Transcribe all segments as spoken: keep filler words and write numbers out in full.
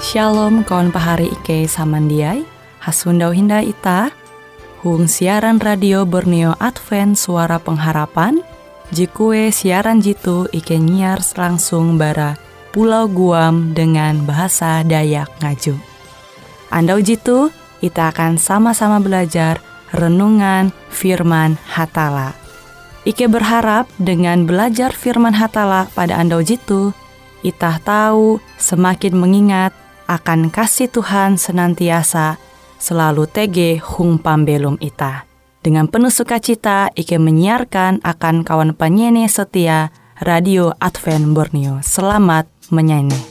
Shalom kawan pahari Ike samandiai, hasundau hinda ita, hung siaran radio Borneo Advent Suara Pengharapan, jikue siaran jitu Ike nyiar langsung bara Pulau Guam dengan bahasa Dayak Ngaju. Andau jitu, kita akan sama-sama belajar renungan firman Hatala. Ike berharap dengan belajar firman Hatala pada andau jitu, kita tahu semakin mengingat akan kasih Tuhan senantiasa selalu tege hung pambelum ita. Dengan penuh sukacita, Ike menyiarkan akan kawan penyanyi setia Radio Advent Borneo. Selamat menyanyi.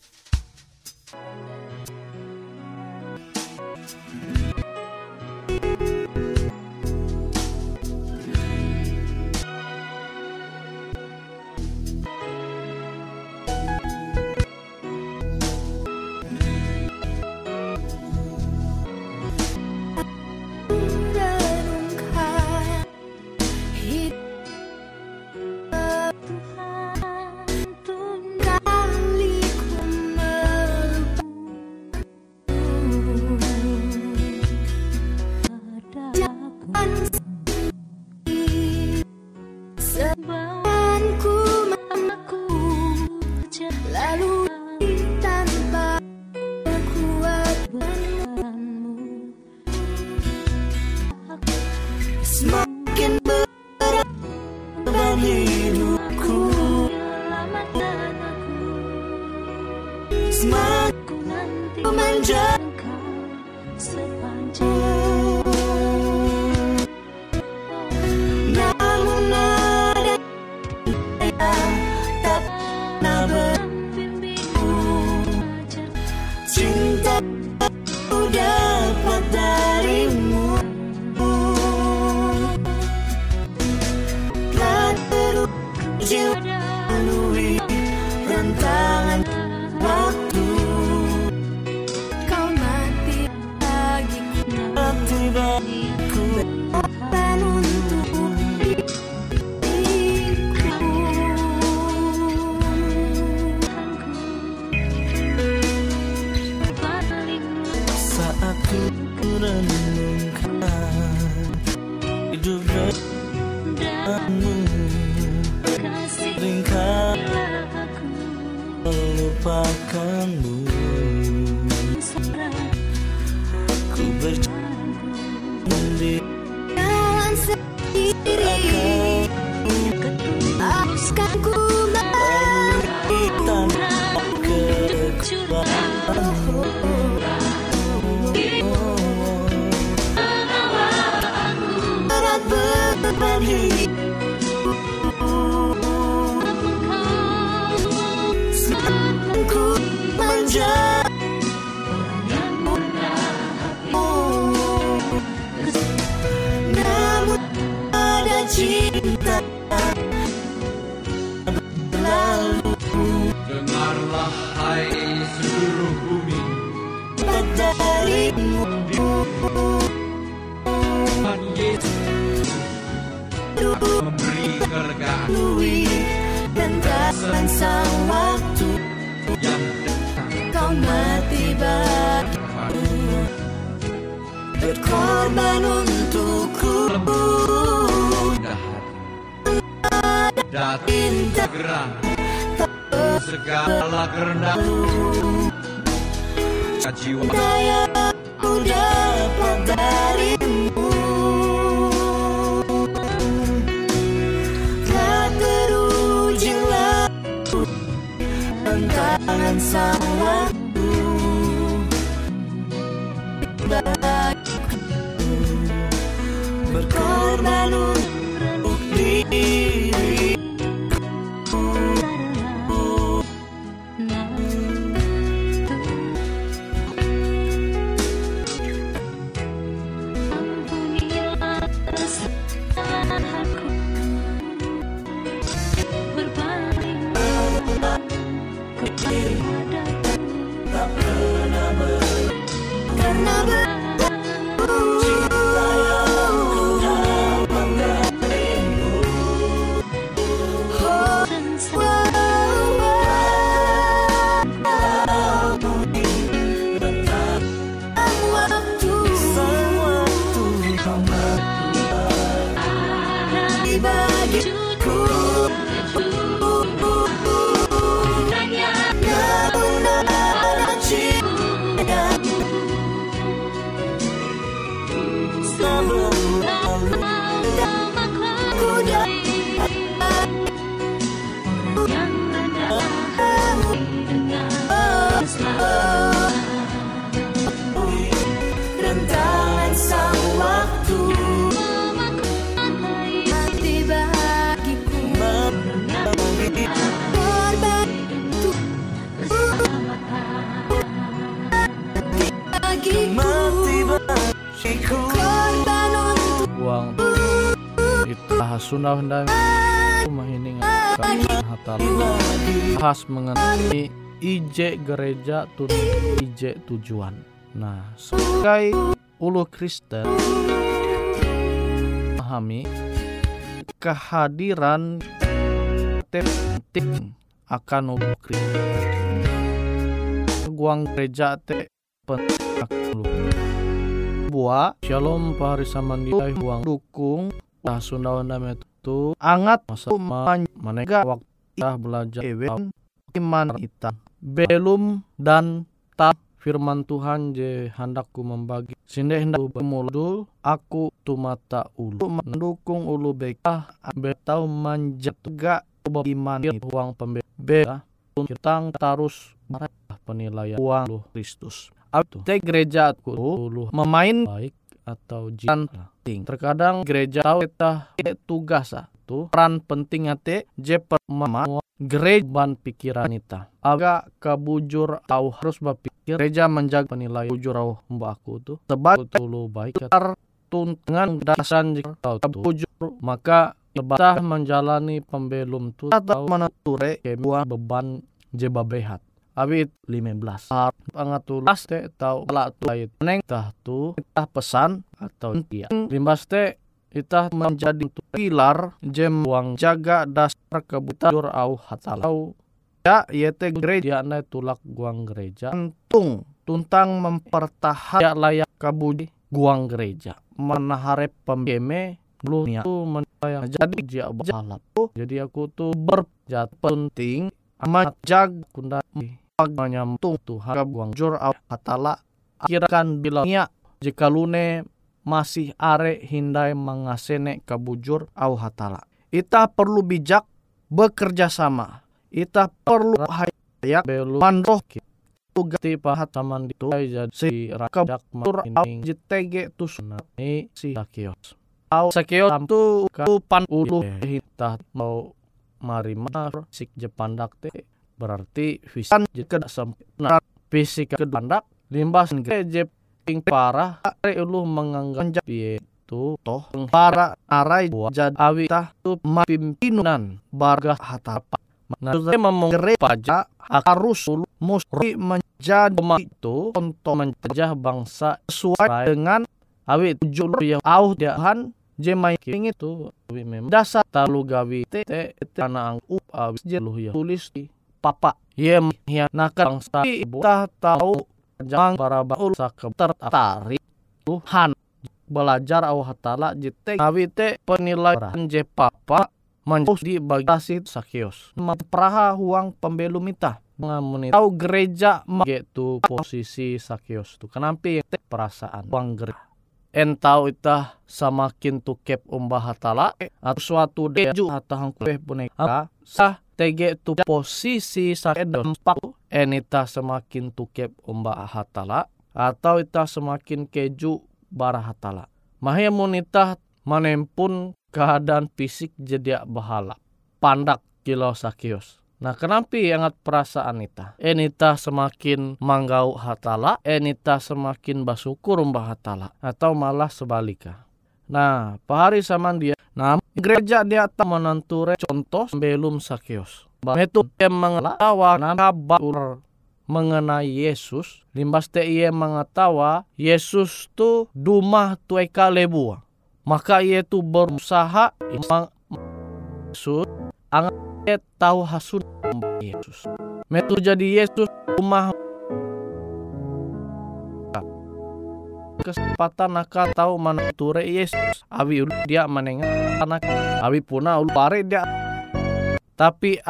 Dengarlah hai seluruh bumi, darimu Tuhan Yesus memberi kelegaan dan kapan sang waktu yang dekat kau mati bagiku, berkorban untukku, datang segera segala kerendahan jiwa yang ku dapat darimu, telah terujilah tantangan sang waktu bagiku, berkorban untuk diri. bagiku. Kebenaran cinta sebelum lalu ku dapat rentangan sang waktu mati bagiku. Korban untuk bagiku. Mati bagiku. Korban untuk Uang kita Hasunda hendak mahining hatala bahas mengenai I J gereja tun I J tujuan. Nah, sebagai ulu Kristen pahami kehadiran penting akan ulu Kristen. Guang gereja te penting akan ulu buah shalom pahari samandai uang dukung nah Sunda Wanda itu angat masa manega waktu kita belajar ewen iman kita belum dan tak firman Tuhan je handakku membagi sinde hendak bermulul aku tu mata ulu mendukung ulu bekah betau manjat gak iman uang pembeda kita tarus penilaian uang lu Kristus. Atau te gereja aku dulu memain baik atau jian penting. Terkadang gereja tahu kita tugas itu peran penting ate je permama gereja ban pikiran kita. Agak kabujur tahu harus berpikir gereja menjaga penilaian bujur au mbak aku tuh sebab dulu baik ketar tuntungan dasan jika tahu bujur maka lebah menjalani pembelum tu atau menature kebuah beban je babehat. Abit lima belas pangatulas te tau ala tu ait neng tah tu kita pesan atau dia limbas te kita menjadi pilar jem uang jaga dasar kebutuhan au hatalau ya yete gereja na tulak guang gereja tung tuntang mempertahan ya layak kabudi guang gereja menahare pembeme belum tu menjadi jadi balap jadi aku tu berjat penting amat jag kunda menyambung Tuhan buang jur au hatala akirakan bilangnya jika lune masih are hindai mengasene kabujur au hatala. Ita perlu bijak bekerja sama. Ita perlu hayak belum mandoh tugati pahat saman itu jadi si rakabak matur ini jitege tusunani si Sakeos. Au Sakeos tu kapan ulu hita mau marimar sik jepandak te berarti visan jika sempurna fisik kedandak limbas gereja ping parah are ulu menganggap itu toh para arai jadi awitah tu pimpinan barga hatapa nah memengere pajak harus ulu musti menjadi itu untuk mencegah bangsa sesuai dengan awit tujuan yang au diahan jemai king itu memang dasar talu gawi te te tanah up awis jeluh ya tulis di papa ye hianakan bangsa kita tahu jangan para bangsa tertarik Tuhan belajar au hatala jete awite penilaian je papa menjus di bagasi Sakeos memperaha huang pembelum ita mengamuni tahu gereja gitu posisi Sakeos tu kenapa perasaan uang gereja entau itah samakin tukep umbah hatala atau suatu deju hatahang kueh boneka sah tege tu posisi sakedon pak enita semakin tukep umbah hatala atau itah semakin keju barah hatala mahya monita manempun keadaan fisik jadi bahala pandak kilo Sakeos. Nah kenapa angat perasaan ita? Enita semakin manggau hatala, enita semakin bersyukur umbah hatala, atau malah sebaliknya. Nah pahari saman dia, nah gereja dia tak menenture contoh sebelum Sakeos. Itu yang mengetawa kabar mengenai Yesus, limbas te ia mengetawa Yesus tu dumah tueka lebua. Maka ia tu berusaha imang Yesus angat tahu hasun Yesus. Metu jadi Yesus rumah kesempatan naka tahu menanture Yesus. Awi ulu dia menengah anak. Awi puna ulu pare dia. Tapi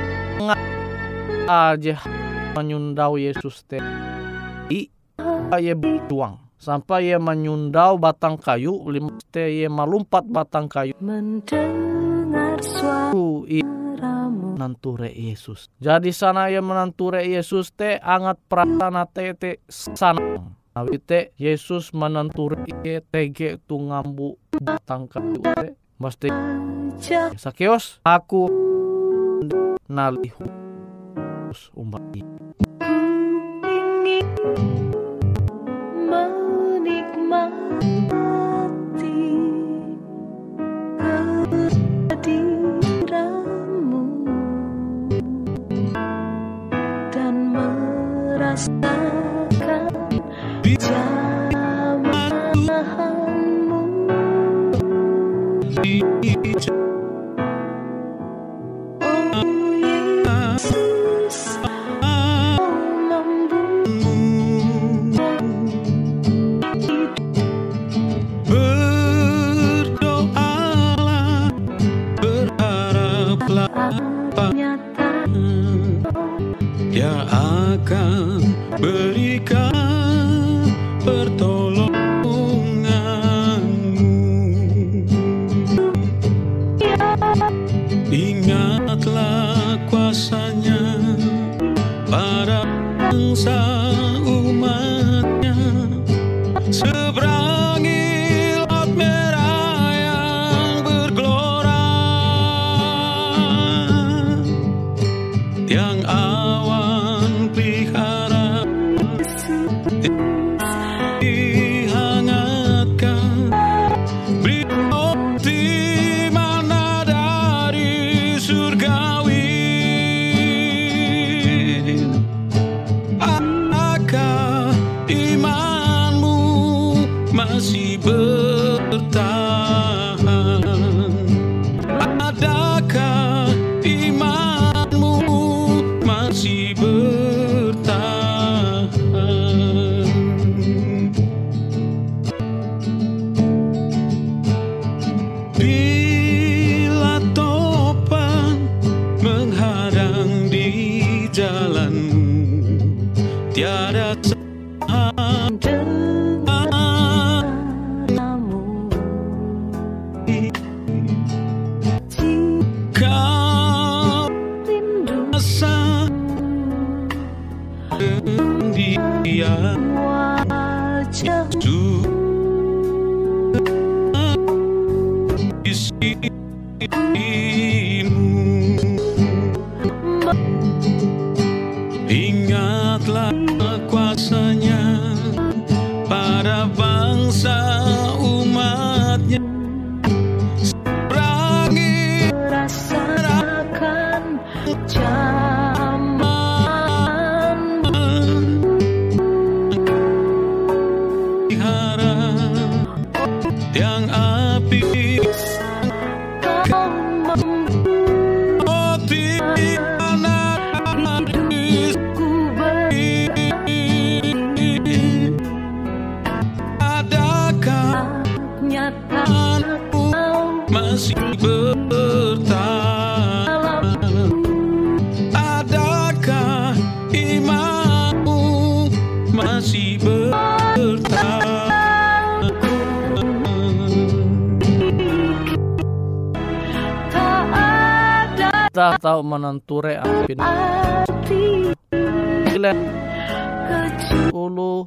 aja menyundau Yesus teh. I ia berjuang sampai ia menyundau batang kayu, lima teh ia melompat batang kayu. mendengar suaramu Menanture Yesus. Jadi sana ia menanture Yesus teh angat perasaan teh teh sanang. Awi teh Yesus menanture ieu tege tu ngambu batang kayu teh. Mesti Sakeus aku nalih umbat ingin menikmati kehadiranmu dan merasakan jamahanmu. Dia akan berikan pertolonganmu. Ingatlah kuasanya pada bangsa umatnya. Seberangi laut merah yang bergelora, yang awan pelihara dihangatkan, beri roti mana dari surgawi. Apakah imanmu masih bertahan? Adakah imanmu masih bertahan? Bila topan menghadang di jalanmu, tiada kau rasa sendirian. Yesus di sisimu. Ingatlah kuasanya pada bangsa umatnya. Seberangi Rasakan zaman harap yang api kau roti mana dari ku berdiri. adakah Nyata imanmu masih bertahan? Adakah imanmu masih bertahan? tak ada kita tahu menanture ampin arti gila kecuali ulu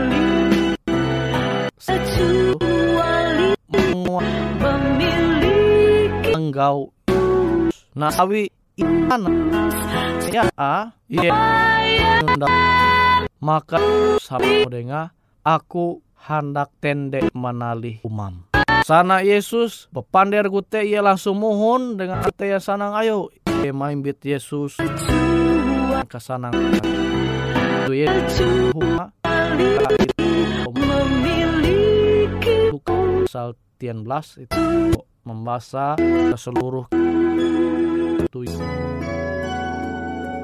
kecuali menguat memiliki enggau. Nah awi ikan ya a iya maka sama denga aku hendak tende menalih umam. Sana Yesus bepander gute ia langsung mohon dengan hati ya sanang ayo ia main bit Yesus ke sanang itu Yesus huma memiliki Lukas tian belas itu membaca ke seluruh itu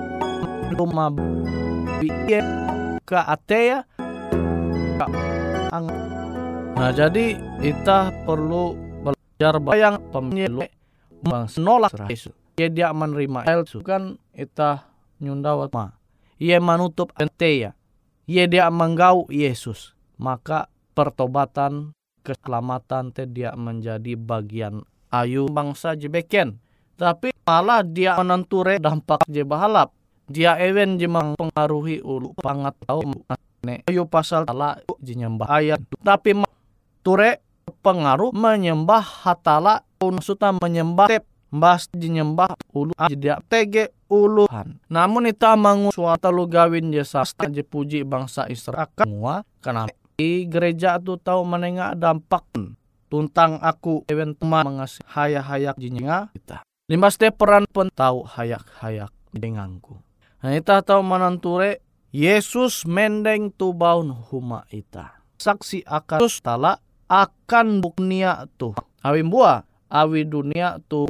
rumah biye ke atea Nah jadi kita perlu belajar bayang pemilu bangsa nolak Yesus. Ia dia menerima Yesus kan kita nyundawat ma. Ia menutup ente ya. Ia dia menggau Yesus. Maka pertobatan keselamatan te dia menjadi bagian ayu bangsa jebeken. Tapi malah dia menenture dampak je bahalap. Dia ewen je mempengaruhi ulu pangat tau ne ayu pasal tala je nyembah ayat. Tapi ture pengaruh menyembah hatala unsuta menyembah tep mbas nyembah ulu aja tege uluhan. Namun ita mangu suatu lu gawin je sasta je puji bangsa Israel semua karena di gereja tu tahu menengah dampak tuntang aku ewen teman mengasih hayak-hayak jinga kita. Limbas te peran pun tahu hayak-hayak denganku. Nah ita tahu menenture Yesus mendeng tu baun huma ita. Saksi akan tala akan dunia tu. Awi buah, awi dunia tu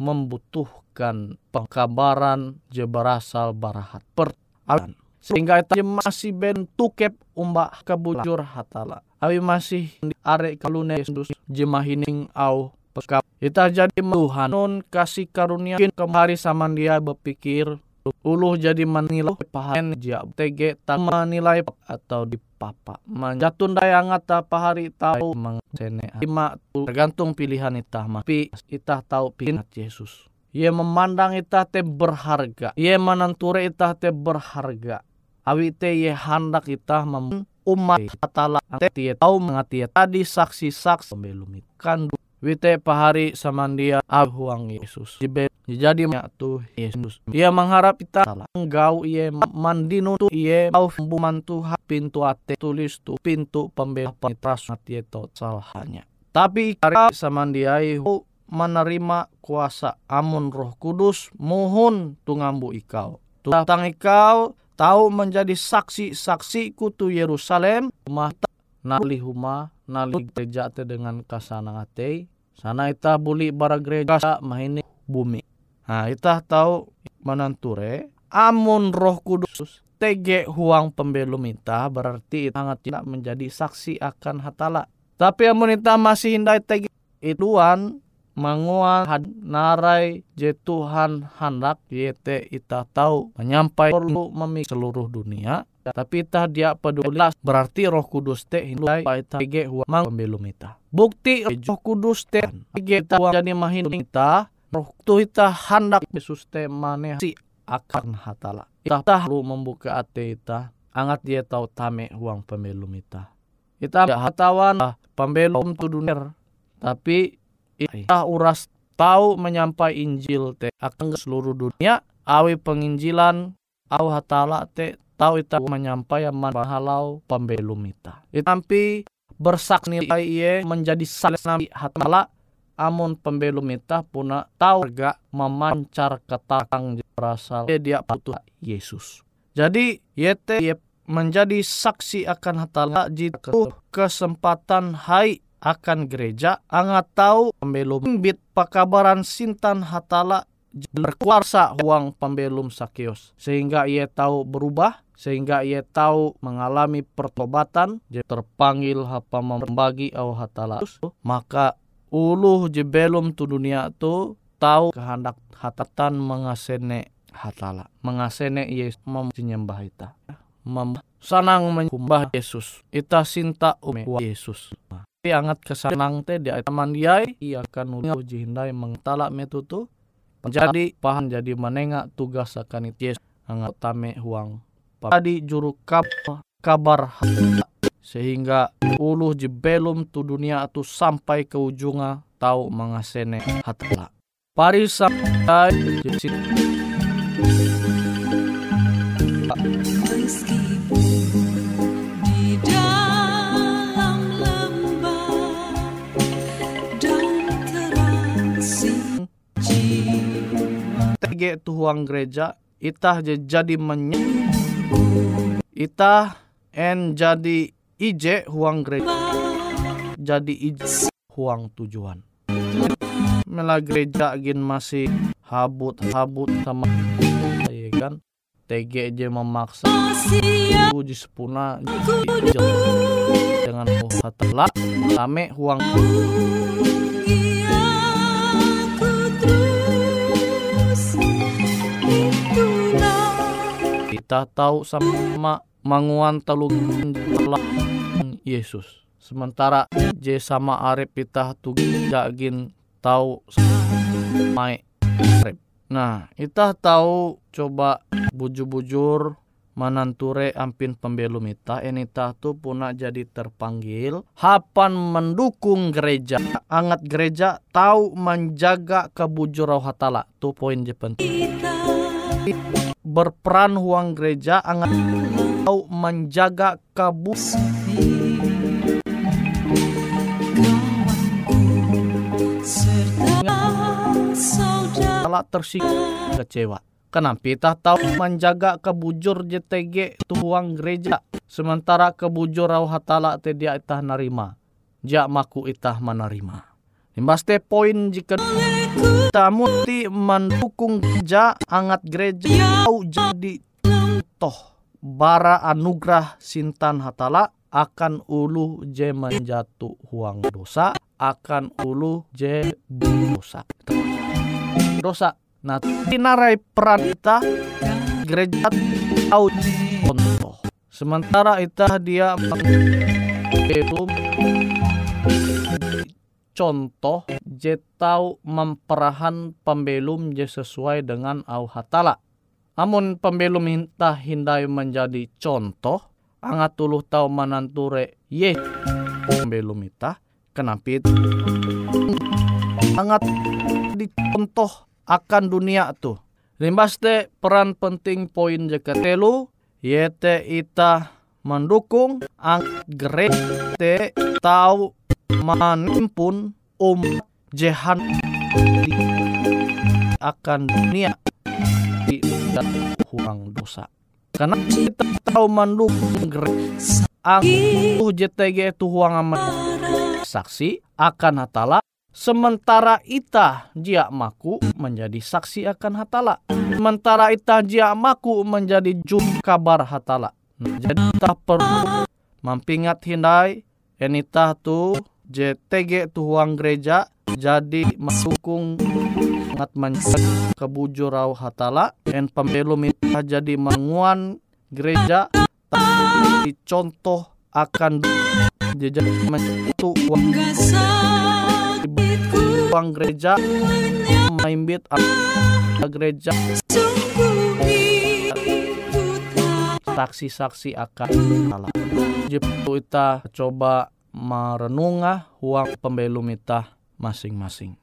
membutuhkan pengkabaran je berasal barahat pertalan. Sehingga itu masih bentukep umbak kebujur hatala. Awi masih arek kalune Yesus jemahining au pekap. Ita jadi Tuhan nun kasih karunia kemari sama dia berpikir uluh jadi menilai pahan dia tege tak menilai atau dipapa menjatun daya ngata pahari tahu mengsene lima tergantung pilihan itah tapi itah tahu pilihan Yesus. Ia memandang itah te berharga. Ia menenture itah te berharga. Awi te ye hendak itah mem umat hatala te tahu mengati tadi saksi-saksi belum kan wite pahari samandia ahuang Yesus. Jadi tu Yesus. Ia mengharap kita enggau ia mandinu tu ia au membantu pintu ate tulis tu pintu pembela penitras mati itu salahnya. Tapi karena samandiai menerima kuasa amun Roh Kudus mohon tu ngambu ikau. Tentang ikau tahu menjadi saksi-saksi kutu Yerusalem rumah nali huma nali gereja te dengan kasana ate sana ita buli bara gereja mahini bumi. Nah, kita tahu menenture amun Roh Kudus tege huang pembelum ita berarti ita sangat tidak menjadi saksi akan hatala. Tapi amun ita masih hindai tege ituan manguan had narai je Tuhan hendak yete ita tahu menyampai perlu memik seluruh dunia. Tapi ita dia peduli berarti Roh Kudus te hindai ita tege huang pembelum ita. Bukti Roh Kudus te tege ita jadi mahin ita. Roh tu ita hendak Yesus te maneh si akan hatala. Ita perlu membuka ate ita. Angat dia tahu tame huang pembelum ita. Ita hatawan pembelum tu dunia. Tapi ita uras tahu menyampai Injil te akan ke seluruh dunia. Awi penginjilan au hatala te tahu ita menyampai man bahalau pembelum ita. Tapi bersaksi ia menjadi saksi hatala. Amun pembelum ita puna tahu gak memancar ketakang berasal dia butuh Yesus. Jadi yete ye menjadi saksi akan hatala jika kesempatan hai akan gereja angat tahu pembelum bit pakabaran sintan hatala berkuasa huang pembelum Sakeus sehingga ia tahu berubah sehingga ia tahu mengalami pertobatan terpanggil hapa membagi au hatala maka uluh je belum tu dunia tu tahu kehendak hatatan mengasene hatala mengasene Yesus menyembah ita mem sanang menyembah Yesus ita sinta ume Yesus tapi angat kesanang te dia tamandiai ia akan uluh jihindai mengtala metutu menjadi pahan jadi menengak tugas akan Yesus angat tame huang padi juru kap kabar hatala sehingga uluh je belum tu dunia tu sampai ke ujungnya tahu mengasene hatala. Pari sampai Meskipun di dalam lembah dan terang si jiwa tege tuhuang gereja itah jadi menye itah en jadi ije huang gereja jadi ije huang tujuan. Mela gereja gin masih habut-habut sama ya kan. T G J memaksa Puji sepuna dengan hatala lame huang kita tahu sama manguan talung Yesus. Sementara je sama arep kita tu jagin tahu mai arep. Nah, kita tahu coba bujur-bujur mananture ampin pembelum ita enita tu puna jadi terpanggil hapan mendukung gereja angat gereja tahu menjaga kebujur roh hatala tu poin je penting berperan huang gereja angat tahu menjaga kebujur hatala tersinggung kecewa. Kenapa kita tahu menjaga kebujur J T G tuang gereja sementara kebujur rauh hatala te dia itah narima jak maku itah menerima. Imbaste poin jika kita muti mendukung gereja angat gereja tahu jadi contoh bara anugerah sintan hatala akan ulu je menjatuh huang dosa akan ulu je dosa dosa. Nah, tinarai peran kita gereja tahu contoh. Sementara itah dia belum contoh je tahu memperahan pembelum je sesuai dengan au hatala. Amun pembelum itah hindai menjadi contoh, angat tuluh tahu mananture ye pembelum itah kenapa angat dicontoh akan dunia tu. Limbaste peran penting poin je ketelu yete ita mendukung ang gereja tahu manimpun umat jehan akan dunia di huang dosa. Karena kita tahu mendukung gereja ang J T G itu huang amat saksi akan hatala. Sementara ita jia maku menjadi saksi akan hatala. Sementara ita jia maku menjadi juru kabar hatala. Nah, jadi kita perlu mampingat hindai enita tu J T G tu huang gereja jadi mendukung ngat menjaga kebujur rauh hatala en pembelum ita jadi menguan gereja tapi contoh akan jejak mentu uang uang gereja maimbit gereja saksi-saksi akan salah. Jitu ita coba merenungah uang pembelum ita masing-masing.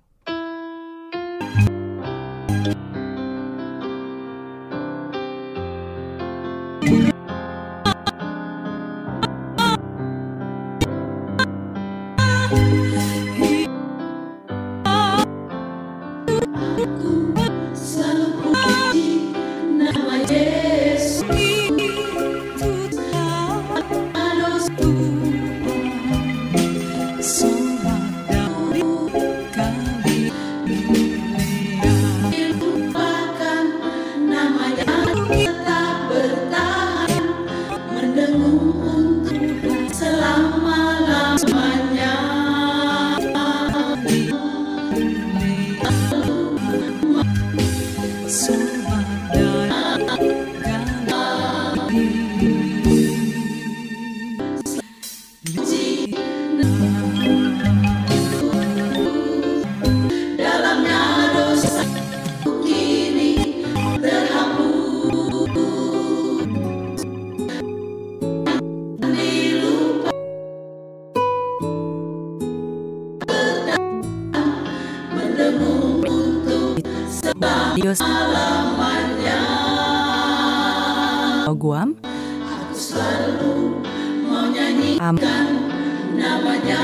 Dios Guam Am namanya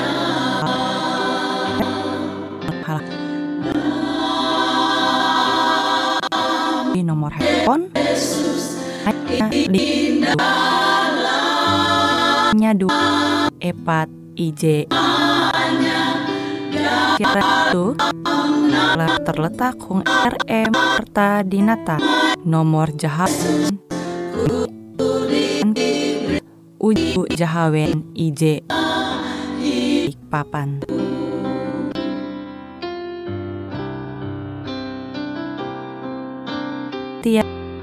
di nomor handphone di nya dua epat ij kira itu terletak kung R M serta dinata nomor jahat Uju Jahawen I J Papan. Tia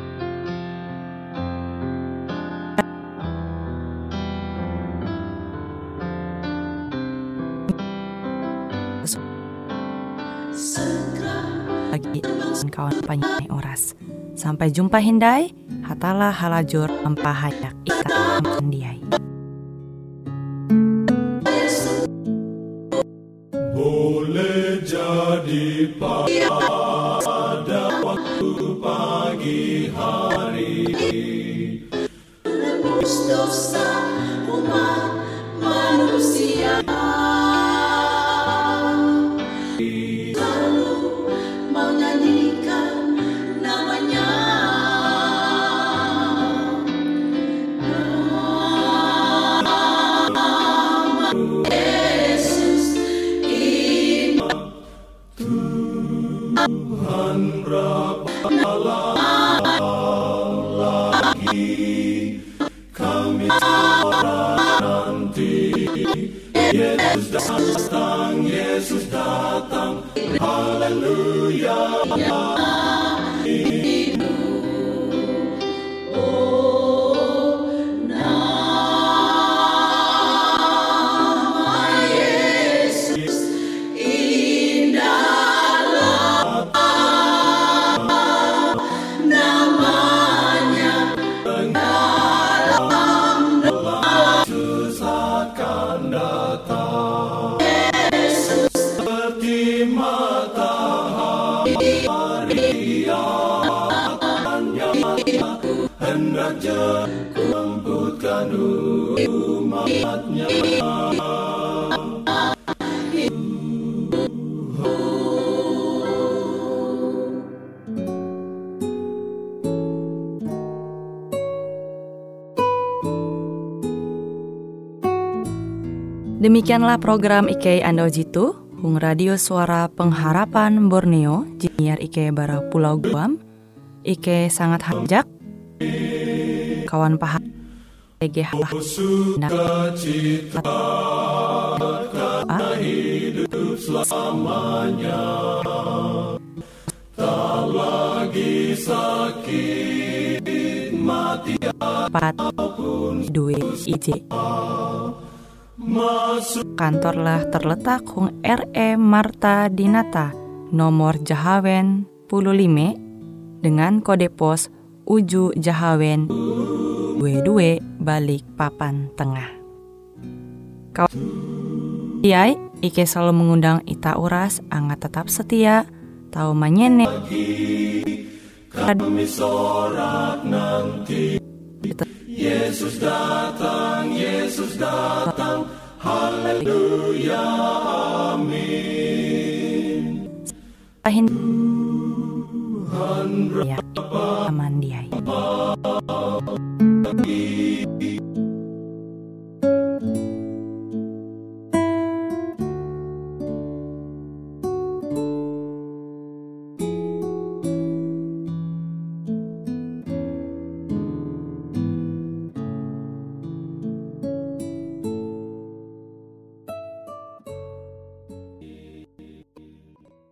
lagi kawan penyanyi oras. Sampai jumpa Hindai, hatalah halajur mempahayak ikat mendiai. Boleh jadi pada waktu pagi hari, menebus dosa umat manusia, selalu menyanyikan namanya. Nama Yesus ini Tuhan berapa lagi kami sorak nanti. Yesus datang, Yesus datang, haleluya. Hendak jemputkan umatnya. Demikianlah program I K Ando Jitu, Hung Radio Suara Pengharapan Borneo, Jiniar I K Bara Pulau Guam, I K sangat hajak, kawan paham, T G halah, Sukacita karena hidup selamanya, tak lagi sakit mati ataupun duit I J. masuk Kantorlah terletak Hung R E Marta Dinata, nomor Jahawen puluh lima, dengan kode pos Uju Jahawen dua dua balik Papan Tengah. Kawan Iai, Ike selalu mengundang Ita Uras, angga tetap setia, tahu manyene kami sorak nanti. Yesus datang, Yesus datang, haleluya, amin. Pahin ya, aman diai.